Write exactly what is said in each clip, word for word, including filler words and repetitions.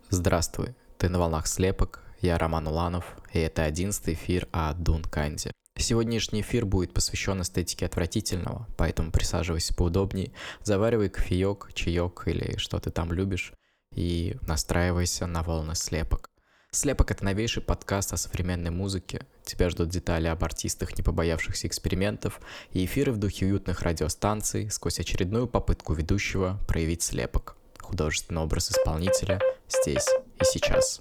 Здравствуй, ты на волнах слепок, я Роман Уланов, и это одиннадцатый эфир о Дунканде. Сегодняшний эфир будет посвящен эстетике отвратительного, поэтому присаживайся поудобнее, заваривай кофеек, чаек или что ты там любишь, и настраивайся на волны слепок. Слепок — это новейший подкаст о современной музыке. Тебя ждут детали об артистах, не побоявшихся экспериментов, и эфиры в духе уютных радиостанций сквозь очередную попытку ведущего проявить слепок. Художественный образ исполнителя здесь и сейчас.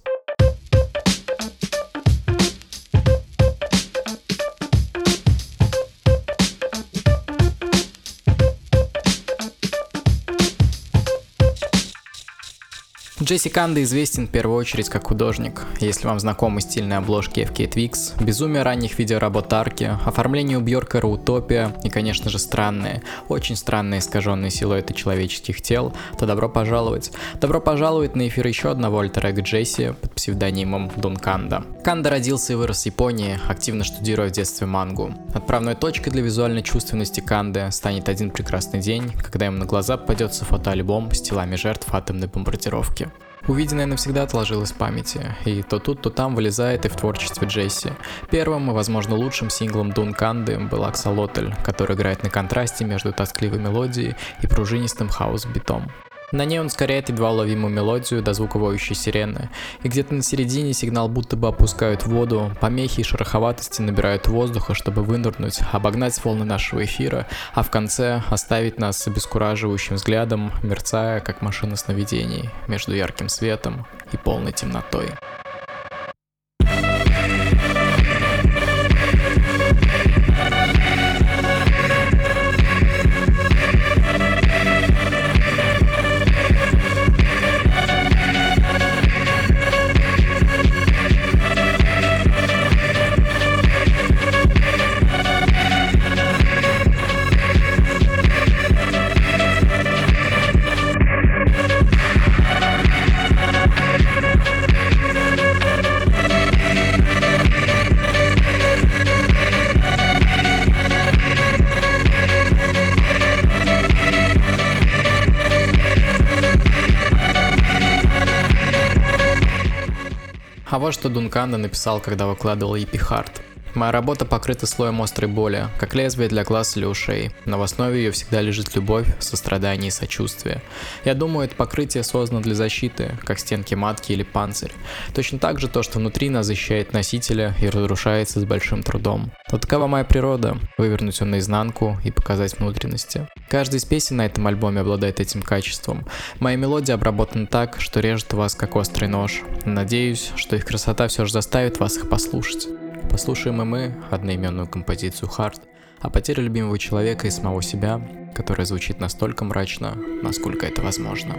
Джесси Канда известен в первую очередь как художник. Если вам знакомы стильные обложки эф кей Twigs, безумие ранних видеоработ Арки, оформление у Бьоркера Утопия и, конечно же, странные, очень странные искаженные силуэты человеческих тел, то добро пожаловать. Добро пожаловать на эфир еще одного альтер-эго Джесси под псевдонимом Дунканда. Канда родился и вырос в Японии, активно штудируя в детстве мангу. Отправной точкой для визуальной чувственности Канды станет один прекрасный день, когда ему на глаза попадется фотоальбом с телами жертв атомной бомбардировки. Увиденное навсегда отложилось в памяти, и то тут, то там вылезает и в творчестве Джесси. Первым и, возможно, лучшим синглом Дунканды был Аксолотль, который играет на контрасте между тоскливой мелодией и пружинистым хаус-битом. На ней он ускоряет едва уловимую мелодию до звука воющей сирены, и где-то на середине сигнал будто бы опускают в воду, помехи и шероховатости набирают воздуха, чтобы вынырнуть, обогнать волны нашего эфира, а в конце оставить нас с обескураживающим взглядом, мерцая, как машина сновидений, между ярким светом и полной темнотой. А вот что Дунканда написал, когда выкладывал и пи Hard. Моя работа покрыта слоем острой боли, как лезвие для глаз или ушей, но в основе ее всегда лежит любовь, сострадание и сочувствие. Я думаю, это покрытие создано для защиты, как стенки матки или панцирь. Точно так же то, что внутри нас защищает носителя и разрушается с большим трудом. Но такова моя природа – вывернуть его наизнанку и показать внутренности. Каждая из песен на этом альбоме обладает этим качеством. Моя мелодия обработана так, что режет вас как острый нож. Надеюсь, что их красота все же заставит вас их послушать. Послушаем и мы одноименную композицию Hard о потере любимого человека и самого себя, которая звучит настолько мрачно, насколько это возможно.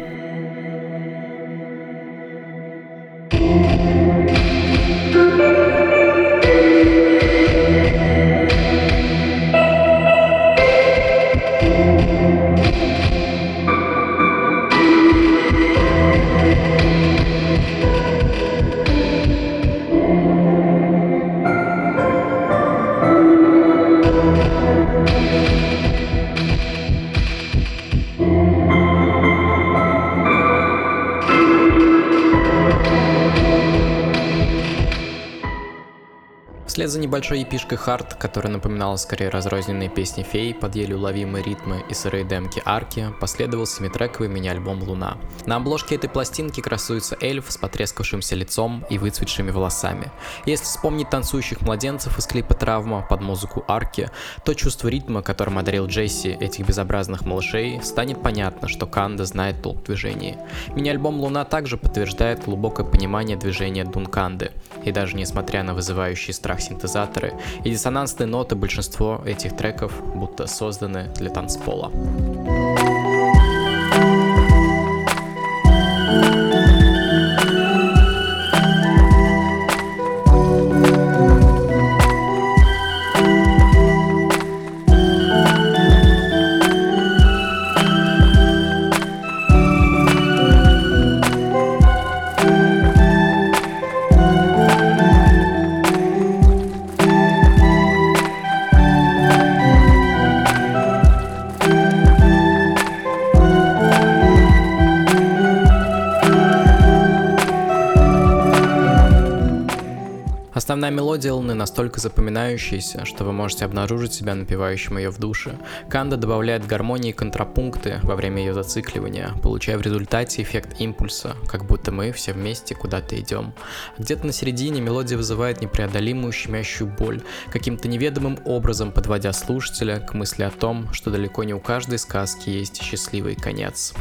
Вслед за небольшой эпишкой Hard, которая напоминала скорее разрозненные песни фей под еле уловимые ритмы и сырые демки Арки, последовал семитрековый мини-альбом «Луна». На обложке этой пластинки красуется эльф с потрескавшимся лицом и выцветшими волосами. Если вспомнить танцующих младенцев из клипа «Травма» под музыку Арки, то чувство ритма, которым одарил Джесси этих безобразных малышей, станет понятно, что Канда знает толк в движении. Мини-альбом «Луна» также подтверждает глубокое понимание движения Дунканды, и даже несмотря на вызывающий страх синтезаторы и диссонансные ноты, большинство этих треков будто созданы для танцпола. Основная мелодия Луны настолько запоминающаяся, что вы можете обнаружить себя напевающим ее в душе. Канда добавляет гармонии и контрапункты во время ее зацикливания, получая в результате эффект импульса, как будто мы все вместе куда-то идем. Где-то на середине мелодия вызывает непреодолимую щемящую боль, каким-то неведомым образом подводя слушателя к мысли о том, что далеко не у каждой сказки есть счастливый конец.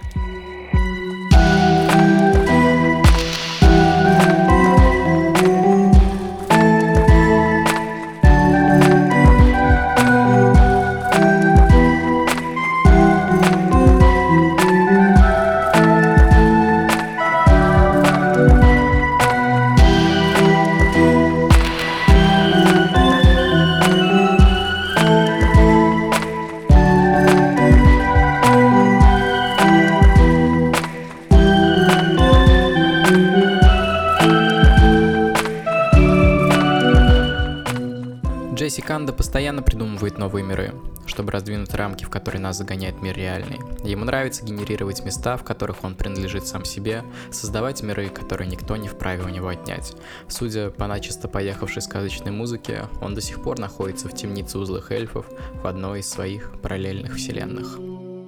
Джесси Канда постоянно придумывает новые миры, чтобы раздвинуть рамки, в которые нас загоняет мир реальный. Ему нравится генерировать места, в которых он принадлежит сам себе, создавать миры, которые никто не вправе у него отнять. Судя по начисто поехавшей сказочной музыке, он до сих пор находится в темнице у злых эльфов в одной из своих параллельных вселенных.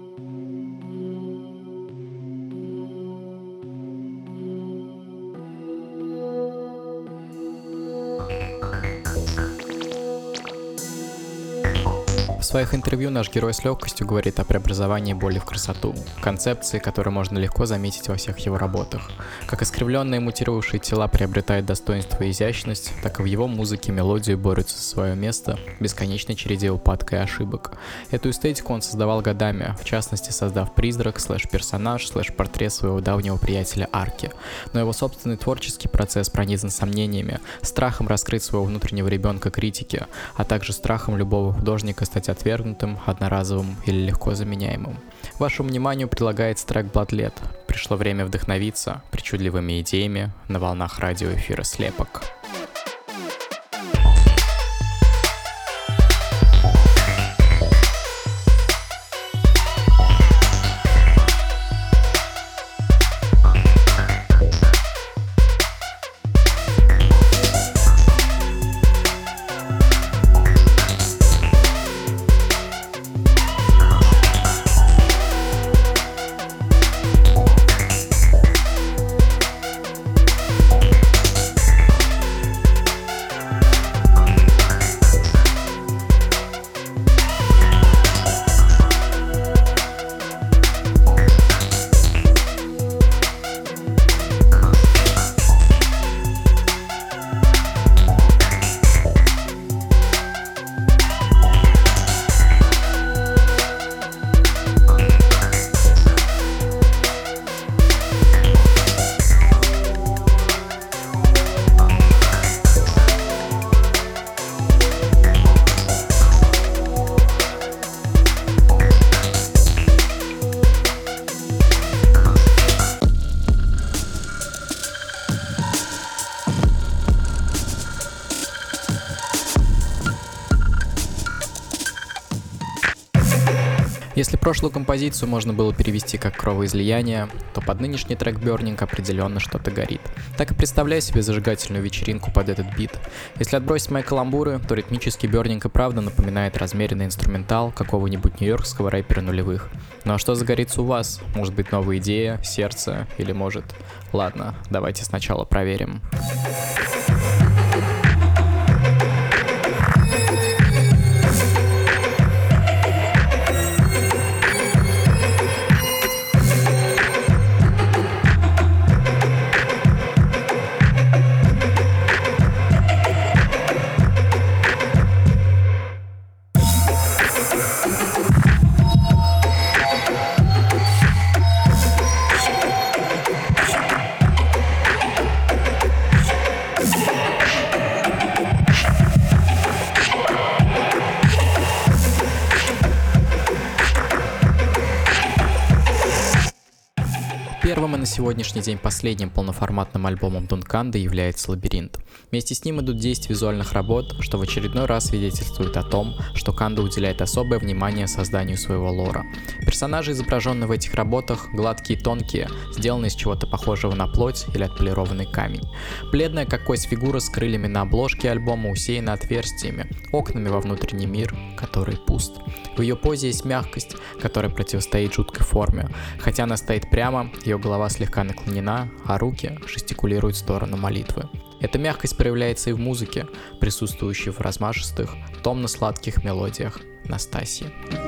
В своих интервью наш герой с легкостью говорит о преобразовании боли в красоту, концепции, которую можно легко заметить во всех его работах. Как искривленные мутировавшие тела приобретают достоинство и изящность, так и в его музыке мелодии борются за свое место в бесконечной череде упадка и ошибок. Эту эстетику он создавал годами, в частности создав призрак, слэш-персонаж, слэш-портрет своего давнего приятеля Арки. Но его собственный творческий процесс пронизан сомнениями, страхом раскрыть своего внутреннего ребенка критики, а также страхом любого художника стать отвергнутым, одноразовым или легко заменяемым. Вашему вниманию предлагается трек Bloodlet. Пришло время вдохновиться причудливыми идеями на волнах радиоэфира «Слепок». Если прошлую композицию можно было перевести как кровоизлияние, то под нынешний трек Burning определенно что-то горит. Так и представляй себе зажигательную вечеринку под этот бит. Если отбросить мои каламбуры, то ритмический Burning и правда напоминает размеренный инструментал какого-нибудь нью-йоркского рэпера нулевых. Ну а что загорится у вас? Может быть, новая идея, сердце или может... Ладно, давайте сначала проверим. сегодняшний день последним полноформатным альбомом Дунканды является «Лабиринт». Вместе с ним идут десять визуальных работ, что в очередной раз свидетельствует о том, что Канда уделяет особое внимание созданию своего лора. Персонажи, изображенные в этих работах, гладкие и тонкие, сделаны из чего-то похожего на плоть или отполированный камень. Бледная как кость фигура с крыльями на обложке альбома усеяна отверстиями, окнами во внутренний мир, который пуст. В ее позе есть мягкость, которая противостоит жуткой форме. Хотя она стоит прямо, ее голова слегка наклонена, а руки жестикулируют в сторону молитвы. Эта мягкость проявляется и в музыке, присутствующей в размашистых, томно-сладких мелодиях Настасьи.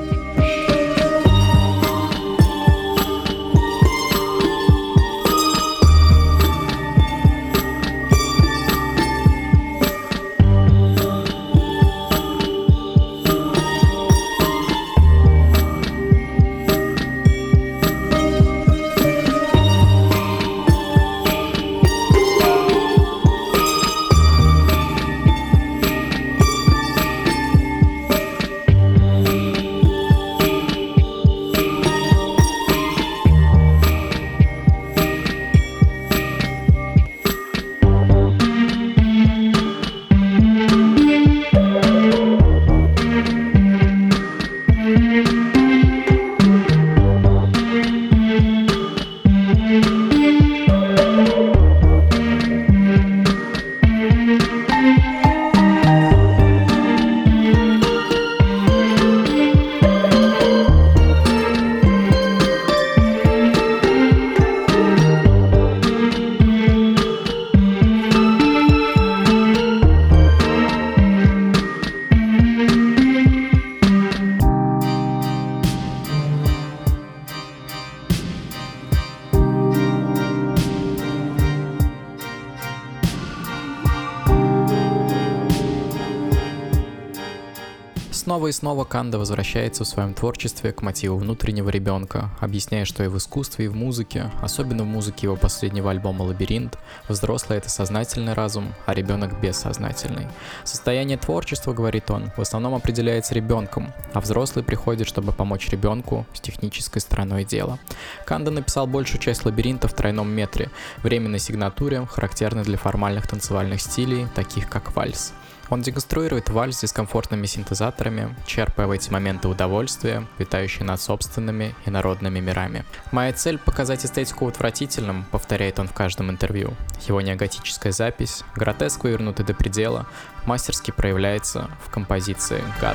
Снова и снова Канда возвращается в своем творчестве к мотиву внутреннего ребенка, объясняя, что и в искусстве, и в музыке, особенно в музыке его последнего альбома «Лабиринт», взрослый — это сознательный разум, а ребенок — бессознательный. Состояние творчества, говорит он, в основном определяется ребенком, а взрослый приходит, чтобы помочь ребенку с технической стороной дела. Канда написал большую часть «Лабиринта» в тройном метре, временной сигнатуре, характерной для формальных танцевальных стилей, таких как вальс. Он деконструирует вальс с дискомфортными синтезаторами, черпая в эти моменты удовольствия, витающие над собственными и народными мирами. «Моя цель — показать эстетику отвратительным», — повторяет он в каждом интервью. Его неоготическая запись, гротеск вывернутый до предела, мастерски проявляется в композиции «Гад».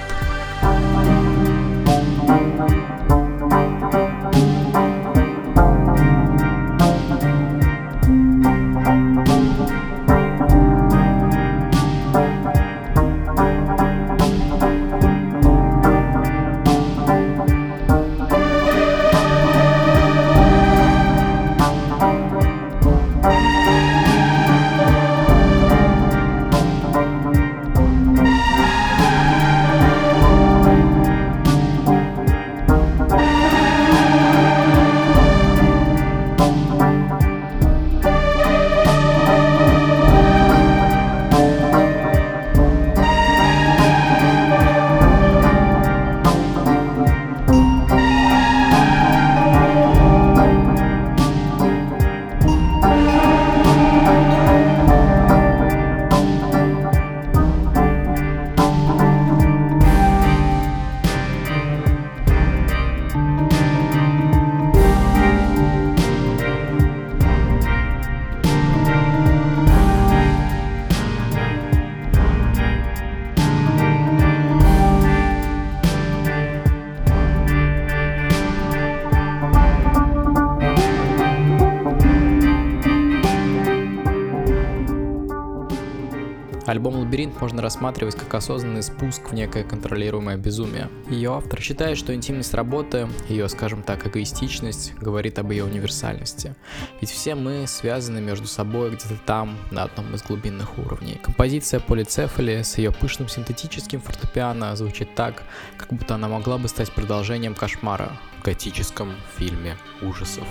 Альбом «Лабиринт» можно рассматривать как осознанный спуск в некое контролируемое безумие. Ее автор считает, что интимность работы, ее, скажем так, эгоистичность, говорит об ее универсальности. Ведь все мы связаны между собой где-то там, на одном из глубинных уровней. Композиция «Полицефали» с ее пышным синтетическим фортепиано звучит так, как будто она могла бы стать продолжением кошмара в готическом фильме ужасов.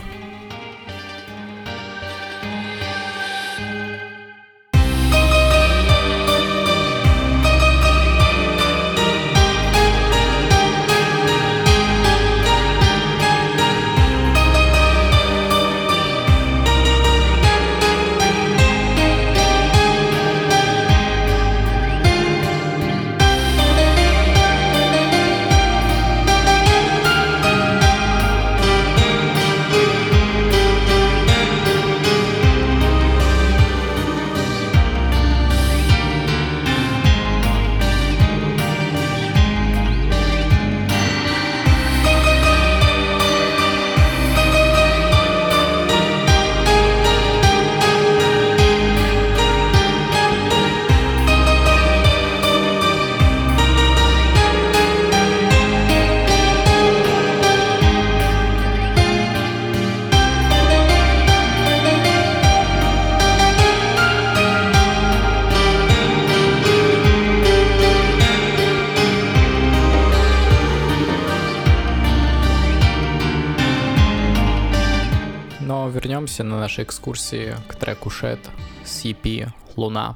отправимся на наши экскурсии к треку Shed с и пи «Луна».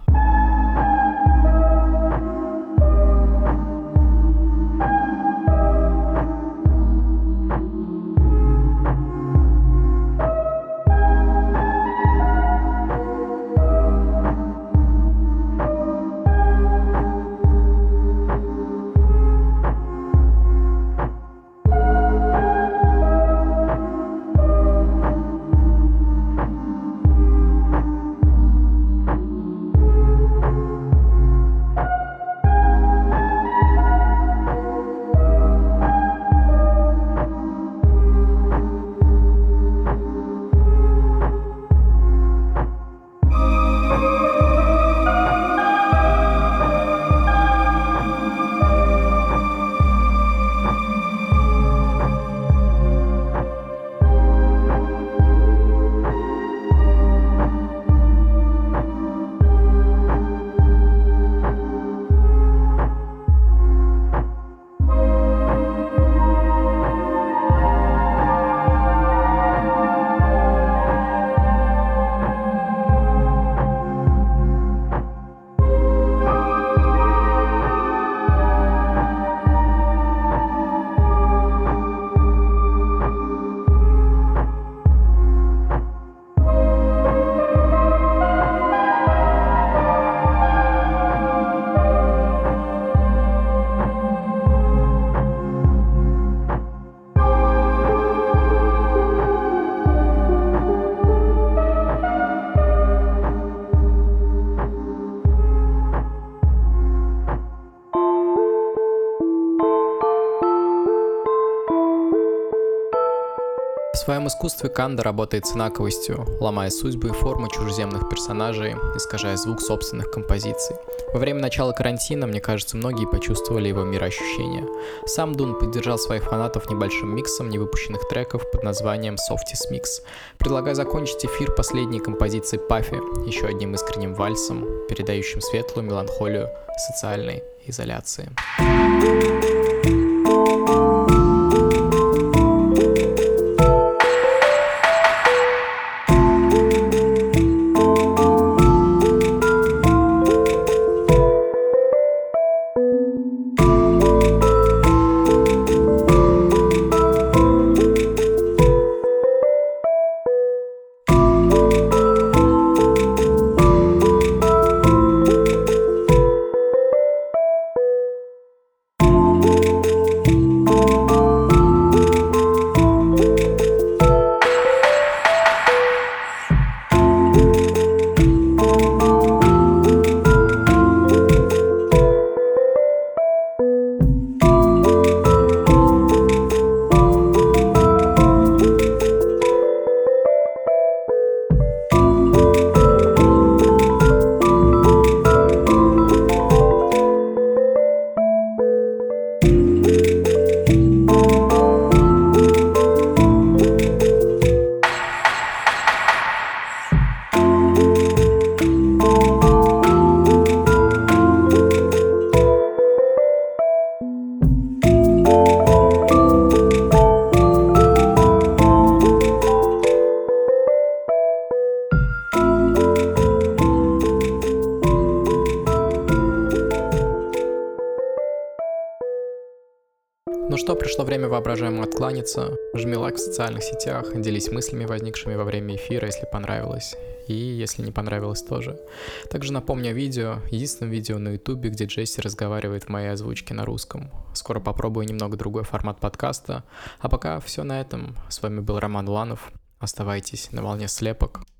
В своем искусстве Канда работает с инаковостью, ломая судьбы и формы чужеземных персонажей, искажая звук собственных композиций. Во время начала карантина, мне кажется, многие почувствовали его мироощущение. Сам Дун поддержал своих фанатов небольшим миксом невыпущенных треков под названием Softies Mix. Предлагаю закончить эфир последней композицией Пафи, еще одним искренним вальсом, передающим светлую меланхолию социальной изоляции. Ну что, пришло время воображаемому откланяться. Жми лайк в социальных сетях, делись мыслями, возникшими во время эфира, если понравилось. И если не понравилось, тоже. Также напомню о видео, единственном видео на ютубе, где Джесси разговаривает в моей озвучке на русском. Скоро попробую немного другой формат подкаста. А пока все на этом. С вами был Роман Уланов. Оставайтесь на волне слепок.